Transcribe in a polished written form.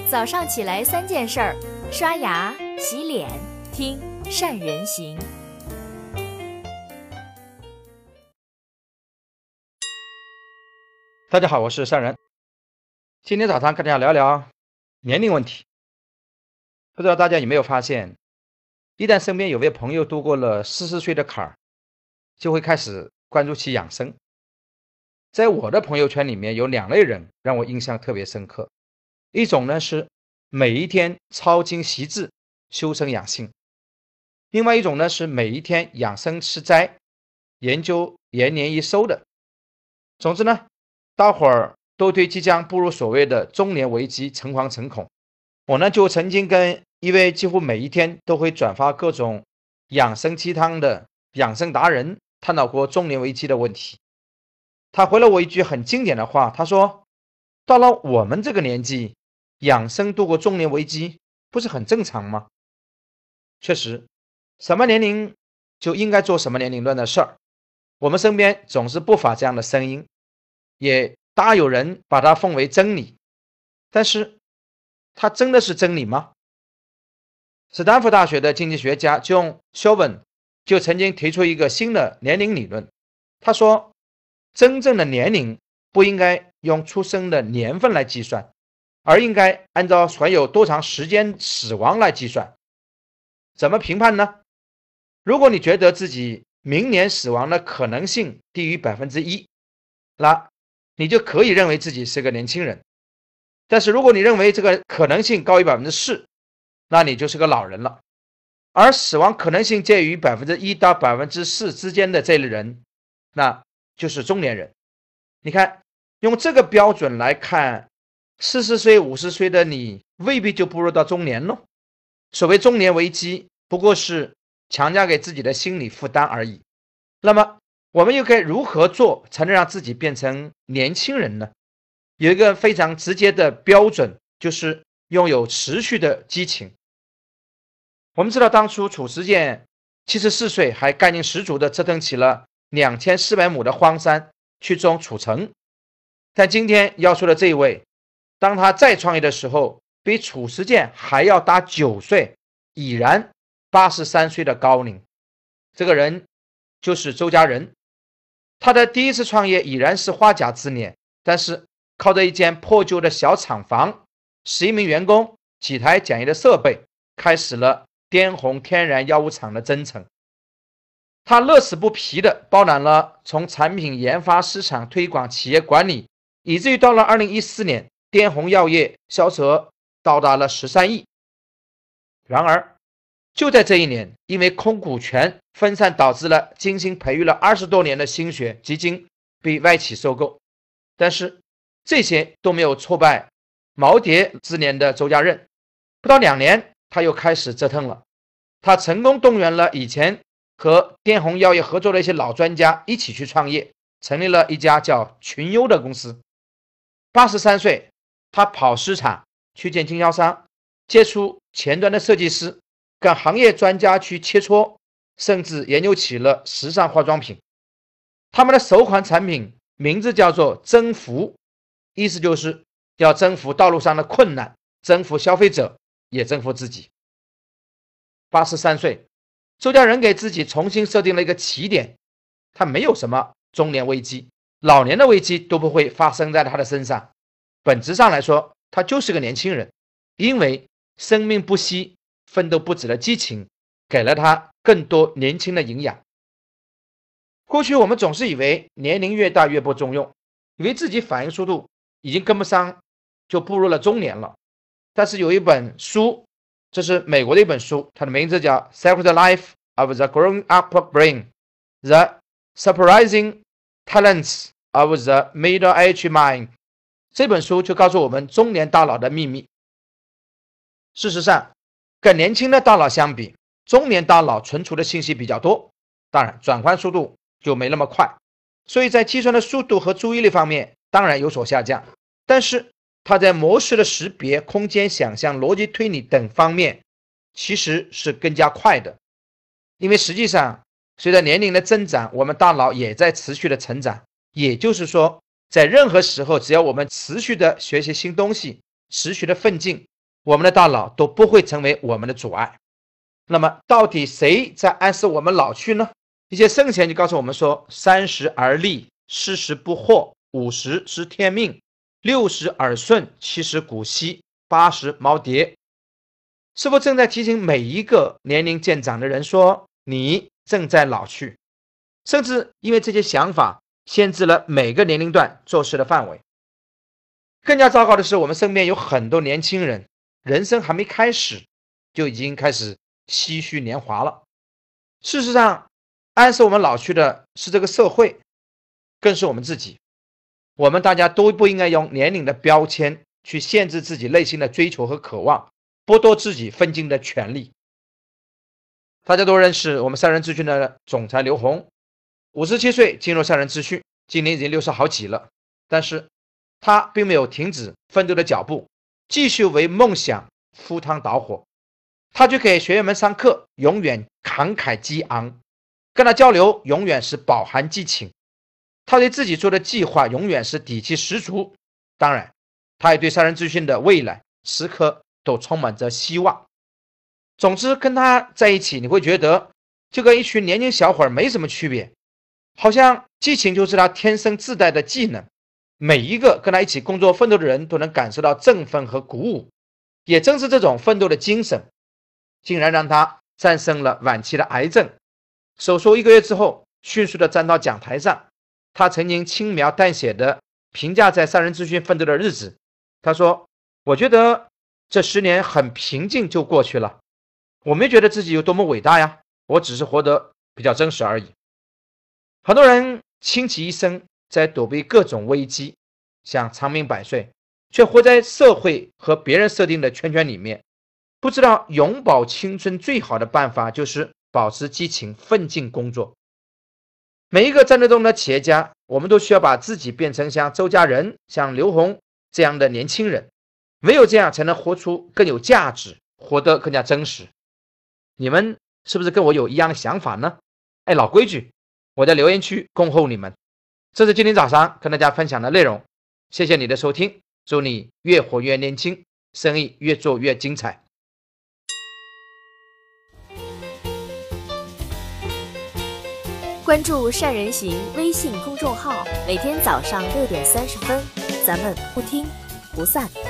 早上起来3件事儿：刷牙、洗脸、听善人行。 大家好，我是善人。今天早上跟大家聊聊年龄问题。不知道大家有没有发现，一旦身边有位朋友度过了40岁的坎儿，就会开始关注起养生。在我的朋友圈里面有2类人让我印象特别深刻，一种呢是每一天操经习字修身养性，另外一种呢是每一天养生吃斋研究延年益寿的。总之呢，大伙儿都对即将步入所谓的中年危机诚惶诚恐。我呢就曾经跟一位几乎每一天都会转发各种养生鸡汤的养生达人探讨过中年危机的问题。他回了我一句很经典的话，他说，到了我们这个年纪，养生度过中年危机不是很正常吗？确实，什么年龄就应该做什么年龄段的事儿，我们身边总是不乏这样的声音，也大有人把它奉为真理。但是它真的是真理吗？斯坦福大学的经济学家 John Chauvin 就曾经提出一个新的年龄理论。他说，真正的年龄不应该用出生的年份来计算，而应该按照还有多长时间死亡来计算。怎么评判呢？如果你觉得自己明年死亡的可能性低于 1%， 那你就可以认为自己是个年轻人。但是如果你认为这个可能性高于 4%， 那你就是个老人了。而死亡可能性介于 1% 到 4% 之间的这类人，那就是中年人。你看，用这个标准来看，40岁、50岁的你未必就步入到中年了。所谓中年危机，不过是强加给自己的心理负担而已。那么我们又该如何做才能让自己变成年轻人呢？有一个非常直接的标准，就是拥有持续的激情。我们知道，当初褚时健74岁还干劲十足地折腾起了2400亩的荒山去种褚橙。但今天要说的这一位，当他再创业的时候，比褚时健还要大9岁，已然83岁的高龄。这个人就是周家人。他的第一次创业已然是花甲之年，但是靠着一间破旧的小厂房、11名员工、几台简易的设备，开始了滇红天然药物厂的征程。他乐此不疲地包揽了从产品研发、市场推广、企业管理，以至于到了2014年，滇红药业销售额到达了13亿。然而就在这一年，因为空股权分散，导致了精心培育了20多年的心血基金被外企收购。但是这些都没有挫败耄耋之年的周家任。不到2年，他又开始折腾了。他成功动员了以前和滇红药业合作的一些老专家一起去创业，成立了一家叫群优的公司。83岁，他跑市场，去见经销商，接触前端的设计师，跟行业专家去切磋，甚至研究起了时尚化妆品。他们的首款产品名字叫做征服，意思就是要征服道路上的困难，征服消费者，也征服自己。83岁，周家人给自己重新设定了一个起点，他没有什么中年危机，老年的危机都不会发生在他的身上。本质上来说，他就是个年轻人，因为生命不息、奋斗不止的激情给了他更多年轻的营养。过去我们总是以为年龄越大越不中用，以为自己反应速度已经跟不上，就步入了中年了。但是有一本书，这是美国的一本书，它的名字叫 Secret Life of the Growing Up Brain: The Surprising Talents of the Middle-Aged Mind。 这本书就告诉我们中年大脑的秘密。事实上，跟年轻的大脑相比，中年大脑存储的信息比较多，当然转换速度就没那么快，所以在计算的速度和注意力方面当然有所下降。但是它在模式的识别、空间想象、逻辑推理等方面其实是更加快的。因为实际上随着年龄的增长，我们大脑也在持续的成长，也就是说在任何时候，只要我们持续的学习新东西，持续的奋进， 我们的大脑都不会成为我们的阻碍。那么到底谁在暗示我们老去呢？一些圣贤就告诉我们说，30而立，40不惑，50知天命，60耳顺，70骨稀，80毛跌。是否正在提醒每一个年龄渐长的人说，你正在老去？甚至因为这些想法限制了每个年龄段做事的范围。更加糟糕的是，我们身边有很多年轻人，人生还没开始就已经开始唏嘘年华了。事实上，暗示我们老去的是这个社会，更是我们自己。我们大家都不应该用年龄的标签去限制自己内心的追求和渴望，剥夺自己奋进的权利。大家都认识我们善人咨询的总裁刘洪，57岁进入善人咨询，今年已经60好几了，但是他并没有停止奋斗的脚步，继续为梦想赴汤蹈火。他去给学员们上课，永远慷慨激昂，跟他交流永远是饱含激情。他对自己做的计划永远是底气十足，当然他也对善人咨询的未来时刻都充满着希望。总之，跟他在一起，你会觉得就跟一群年轻小伙没什么区别，好像激情就是他天生自带的技能。每一个跟他一起工作奋斗的人都能感受到振奋和鼓舞。也正是这种奋斗的精神，竟然让他战胜了晚期的癌症。手术1个月之后，迅速的站到讲台上。他曾经轻描淡写的评价在善人咨询奋斗的日子，他说，我觉得这10年很平静就过去了，我没觉得自己有多么伟大呀，我只是活得比较真实而已。很多人倾其一生在躲避各种危机，想长命百岁，却活在社会和别人设定的圈圈里面，不知道永葆青春最好的办法就是保持激情，奋进工作。每一个战斗中的企业家，我们都需要把自己变成像周家人、像刘洪这样的年轻人，唯有这样才能活出更有价值，活得更加真实。你们是不是跟我有一样的想法呢？老规矩，我在留言区恭候你们。这是今天早上跟大家分享的内容，谢谢你的收听，祝你越活越年轻，生意越做越精彩。 关注善人行微信公众号，每天早上6点30分，咱们不听不散。